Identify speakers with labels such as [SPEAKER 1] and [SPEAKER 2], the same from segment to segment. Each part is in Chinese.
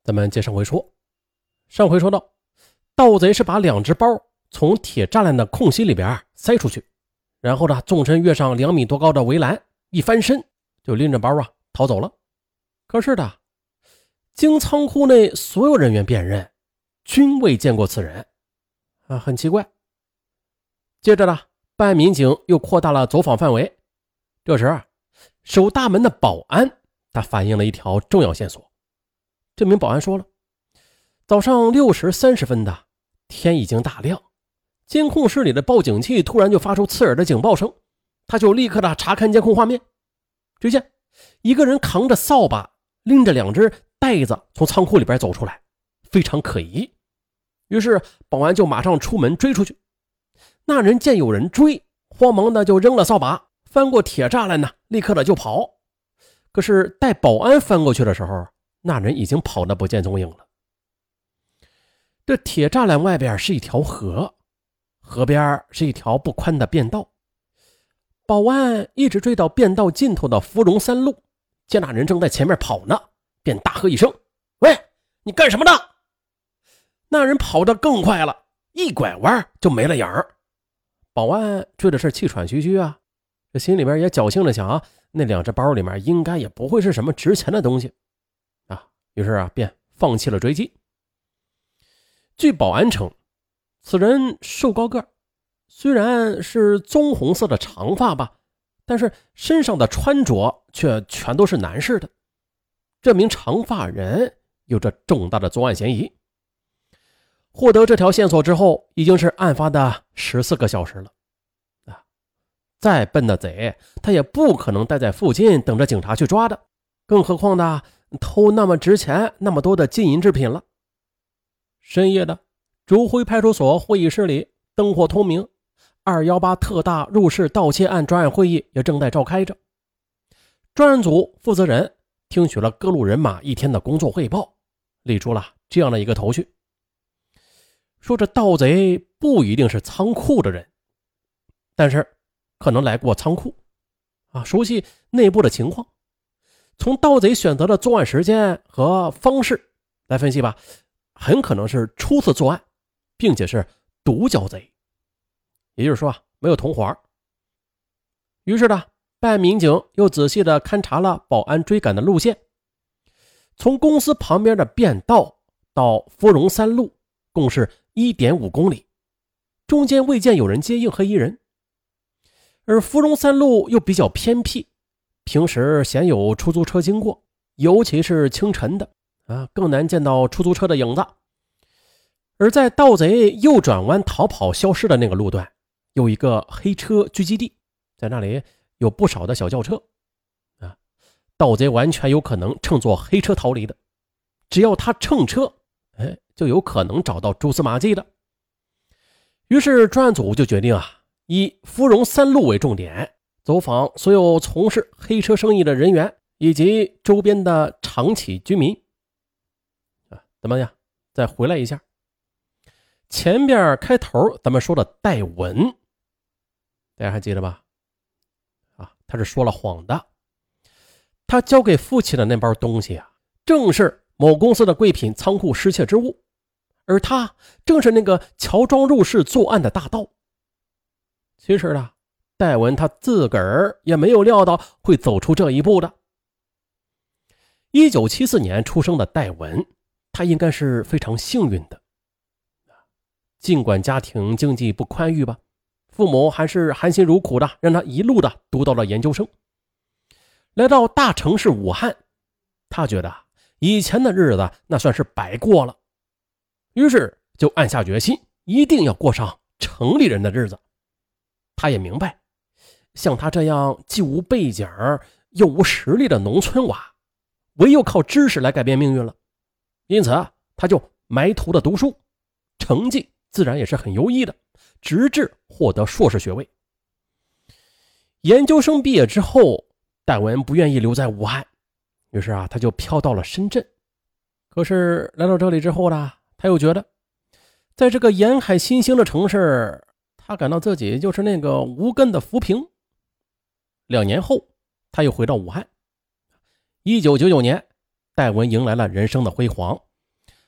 [SPEAKER 1] 咱们接上回说，上回说到，盗贼是把2只包从铁栅栏的空隙里边塞出去，然后呢，纵身跃上2米多高的围栏，一翻身就拎着包逃走了。可是的，经仓库内所有人员辨认，均未见过此人很奇怪。接着呢，办案民警又扩大了走访范围。这时守大门的保安他反映了一条重要线索。这名保安说了，早上6时30分的，天已经大亮，监控室里的报警器突然就发出刺耳的警报声，他就立刻的查看监控画面。只见一个人扛着扫把，拎着2只袋子从仓库里边走出来，非常可疑。于是保安就马上出门追出去。那人见有人追，慌忙的就扔了扫把，翻过铁栅栏呢，立刻的就跑。可是待保安翻过去的时候，那人已经跑得不见踪影了。这铁栅栏外边是一条河，河边是一条不宽的便道。保安一直追到便道尽头的芙蓉3路，见那人正在前面跑呢，便大喝一声：“喂，你干什么呢？”那人跑得更快了，一拐弯就没了影儿。保安追的是气喘吁吁这心里边也侥幸的想那2只包里面应该也不会是什么值钱的东西于是便放弃了追击。据保安称，此人瘦高个，虽然是棕红色的长发吧，但是身上的穿着却全都是男士的。这名长发人有着重大的作案嫌疑。获得这条线索之后，已经是案发的14个小时了再笨的贼，他也不可能待在附近等着警察去抓的，更何况的偷那么值钱那么多的金银制品了。深夜的竹辉派出所会议室里灯火通明，218特大入室盗窃案专案会议也正在召开着。专案组负责人听取了各路人马一天的工作汇报，立出了这样的一个头绪，说这盗贼不一定是仓库的人，但是可能来过仓库熟悉内部的情况。从盗贼选择的作案时间和方式来分析吧，很可能是初次作案，并且是独角贼，也就是说没有同伙。于是呢，办案民警又仔细的勘察了保安追赶的路线，从公司旁边的便道到芙蓉3路共是 1.5 公里，中间未见有人接应和疑人。而芙蓉3路又比较偏僻，平时鲜有出租车经过，尤其是清晨的更难见到出租车的影子。而在盗贼右转弯逃跑消失的那个路段，有一个黑车聚集地，在那里有不少的小轿车盗贼完全有可能乘坐黑车逃离的，只要他乘车就有可能找到蛛丝马迹的。于是专案组就决定以芙蓉3路为重点，走访所有从事黑车生意的人员以及周边的长期居民怎么样？再回来一下，前边开头咱们说的戴文，大家还记得吧？他是说了谎的。他交给父亲的那包东西正是某公司的贵品仓库失窃之物，而他正是那个乔装入室作案的大盗。其实呢，戴文他自个儿也没有料到会走出这一步的。1974年出生的戴文，他应该是非常幸运的。尽管家庭经济不宽裕吧，父母还是含辛茹苦的让他一路的读到了研究生。来到大城市武汉，他觉得以前的日子那算是白过了，于是就暗下决心，一定要过上城里人的日子。他也明白，像他这样既无背景又无实力的农村娃，唯有靠知识来改变命运了。因此他就埋头的读书，成绩自然也是很优异的，直至获得硕士学位。研究生毕业之后，戴文不愿意留在武汉，于是他就飘到了深圳。可是来到这里之后呢，他又觉得在这个沿海新兴的城市，他感到自己就是那个无根的浮萍。2年后他又回到武汉。1999年，戴文迎来了人生的辉煌，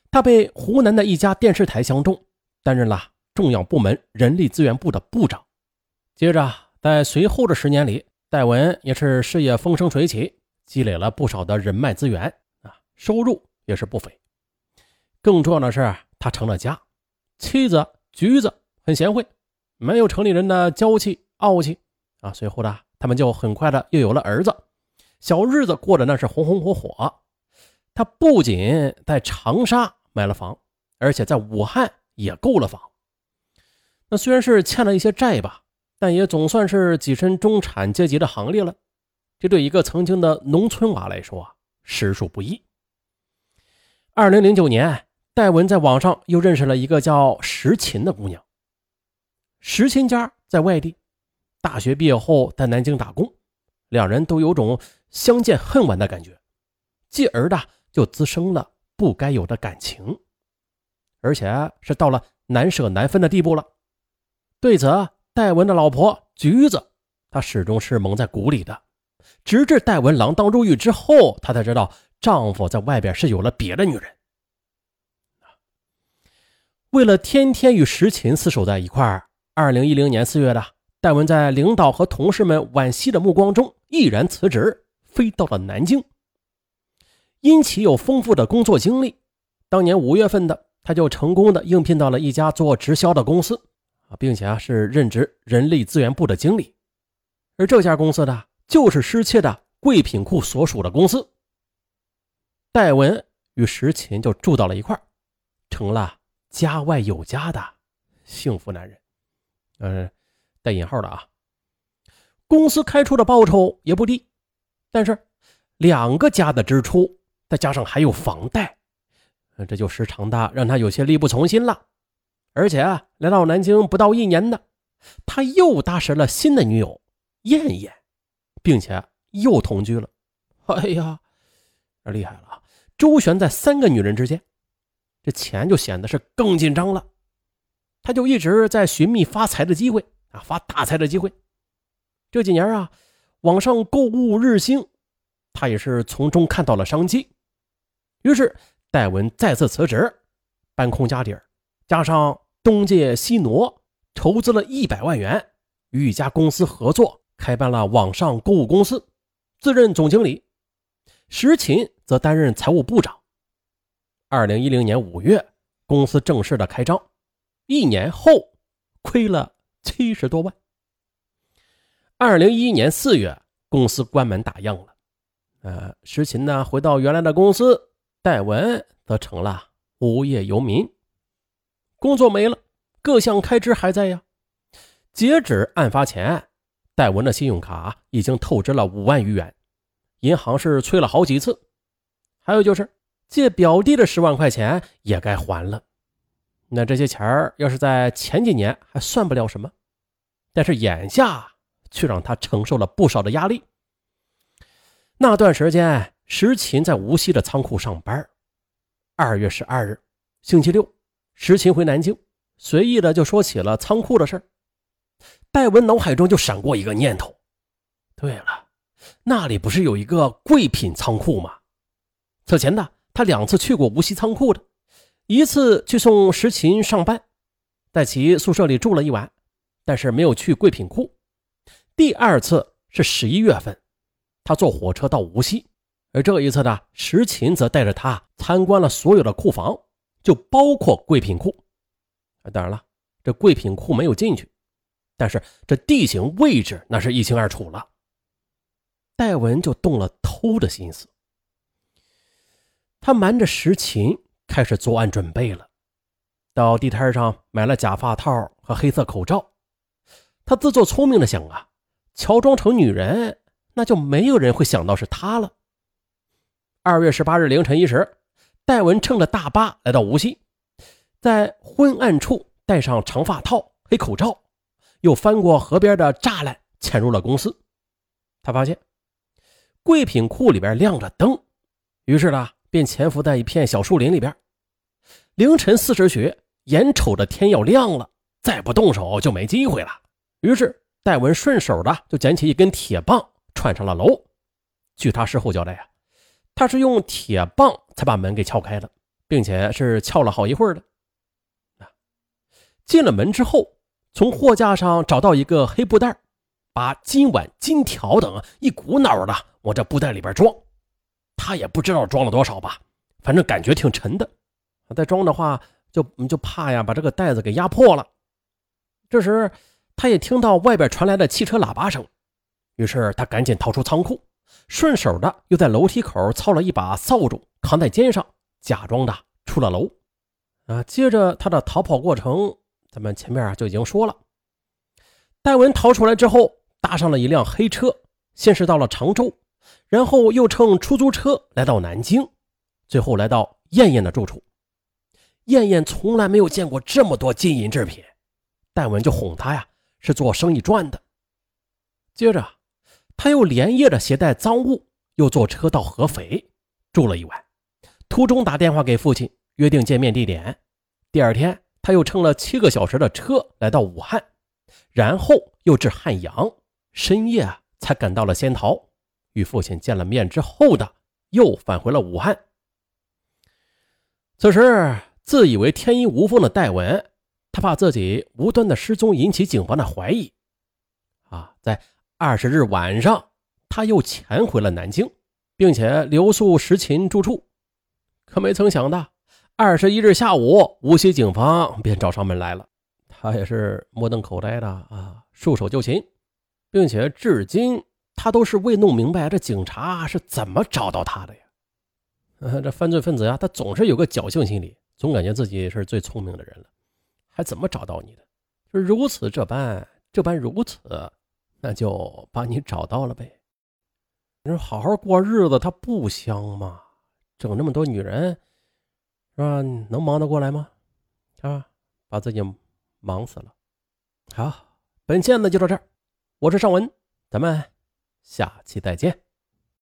[SPEAKER 1] 他被湖南的一家电视台相中，担任了重要部门人力资源部的部长。接着在随后的10年里，戴文也是事业风生水起，积累了不少的人脉资源收入也是不菲。更重要的是他成了家，妻子橘子很贤惠，没有城里人的娇气傲气随后的他们就很快的又有了儿子，小日子过得那是红红火火。他不仅在长沙买了房，而且在武汉也购了房。那虽然是欠了一些债吧，但也总算是跻身中产阶级的行列了。这对一个曾经的农村娃来说实属不易。2009年，戴文在网上又认识了一个叫石琴的姑娘。石琴家在外地，大学毕业后在南京打工，两人都有种相见恨晚的感觉，继而的就滋生了不该有的感情，而且是到了难舍难分的地步了。对此，戴文的老婆橘子她始终是蒙在鼓里的，直至戴文锒铛入狱之后，她才知道丈夫在外边是有了别的女人。为了天天与石琴厮守在一块儿，2010年4月的，戴文在领导和同事们惋惜的目光中毅然辞职，飞到了南京。因其有丰富的工作经历，当年5月份的他就成功的应聘到了一家做直销的公司，并且是任职人力资源部的经理。而这家公司的就是失窃的贵品库所属的公司。戴文与石琴就住到了一块儿，成了家外有家的幸福男人。带引号的公司开出的报酬也不低，但是2个家的支出再加上还有房贷，这就时常的让他有些力不从心了。而且来到南京不到1年的，他又搭上了新的女友燕燕，并且又同居了。哎呀，厉害了，周旋在3个女人之间，这钱就显得是更紧张了。他就一直在寻觅发财的机会发大财的机会。这几年网上购物日兴，他也是从中看到了商机。于是戴文再次辞职，搬空家底儿，加上东借西挪，筹资了100万元，与一家公司合作，开办了网上购物公司，自任总经理。石琴则担任财务部长。2010年5月，公司正式的开张，1年后亏了70多万。2011年4月，公司关门打烊了。石琴呢回到原来的公司，戴文则成了无业游民。工作没了，各项开支还在呀。截止案发前，戴文的信用卡已经透支了5万余元，银行是催了好几次。还有就是借表弟的10万块钱也该还了。那这些钱要是在前几年还算不了什么，但是眼下却让他承受了不少的压力。那段时间，石琴在无锡的仓库上班。2月12日，星期六，石琴回南京，随意的就说起了仓库的事儿。戴文脑海中就闪过一个念头，对了，那里不是有一个贵品仓库吗？此前的他2次去过无锡仓库的，一次去送石琴上班，在其宿舍里住了1晚，但是没有去贵品库。第2次是11月份，他坐火车到无锡，而这一次呢，石琴则带着他参观了所有的库房，就包括贵品库。当然了，这贵品库没有进去，但是这地形位置那是一清二楚了。戴文就动了偷的心思，他瞒着石琴开始作案准备了。到地摊上买了假发套和黑色口罩，他自作聪明的想乔装成女人，那就没有人会想到是他了。2月18日凌晨1时，戴文乘着大巴来到无锡，在昏暗处戴上长发套、黑口罩，又翻过河边的栅栏潜入了公司。他发现贵品库里边亮着灯，于是呢便潜伏在一片小树林里边。凌晨4时许，眼瞅着天要亮了，再不动手就没机会了。于是戴文顺手的就捡起一根铁棒窜上了楼。据他事后交代他是用铁棒才把门给撬开的， 并且是撬了好一会儿的。进了门之后，从货架上找到一个黑布袋，把金碗、金条等一股脑的往这布袋里边装。他也不知道装了多少吧，反正感觉挺沉的。再装的话就怕呀把这个袋子给压破了。这时他也听到外边传来的汽车喇叭声，于是他赶紧逃出仓库，顺手的又在楼梯口操了一把扫帚扛在肩上，假装的出了楼。接着他的逃跑过程咱们前面就已经说了。戴文逃出来之后，搭上了一辆黑车，先是到了常州，然后又乘出租车来到南京，最后来到燕燕的住处。燕燕从来没有见过这么多金银制品，戴文就哄她呀是做生意赚的。接着他又连夜的携带赃物，又坐车到合肥住了一晚，途中打电话给父亲约定见面地点。第二天他又乘了7个小时的车来到武汉，然后又至汉阳，深夜才赶到了仙桃，与父亲见了面之后的又返回了武汉。此时自以为天衣无缝的戴文，他怕自己无端的失踪引起警方的怀疑在20日晚上他又潜回了南京，并且留宿石勤住处。可没曾想的21日下午，无锡警方便找上门来了。他也是目瞪口呆的束手就擒，并且至今他都是未弄明白这警察是怎么找到他的呀。这犯罪分子他总是有个侥幸心理，总感觉自己是最聪明的人了，还怎么找到你的？就如此这般如此，那就把你找到了呗。你说好好过日子他不香吗？整那么多女人是吧？能忙得过来吗？把自己忙死了。好，本期呢就到这儿，我是尚文，咱们下期再见。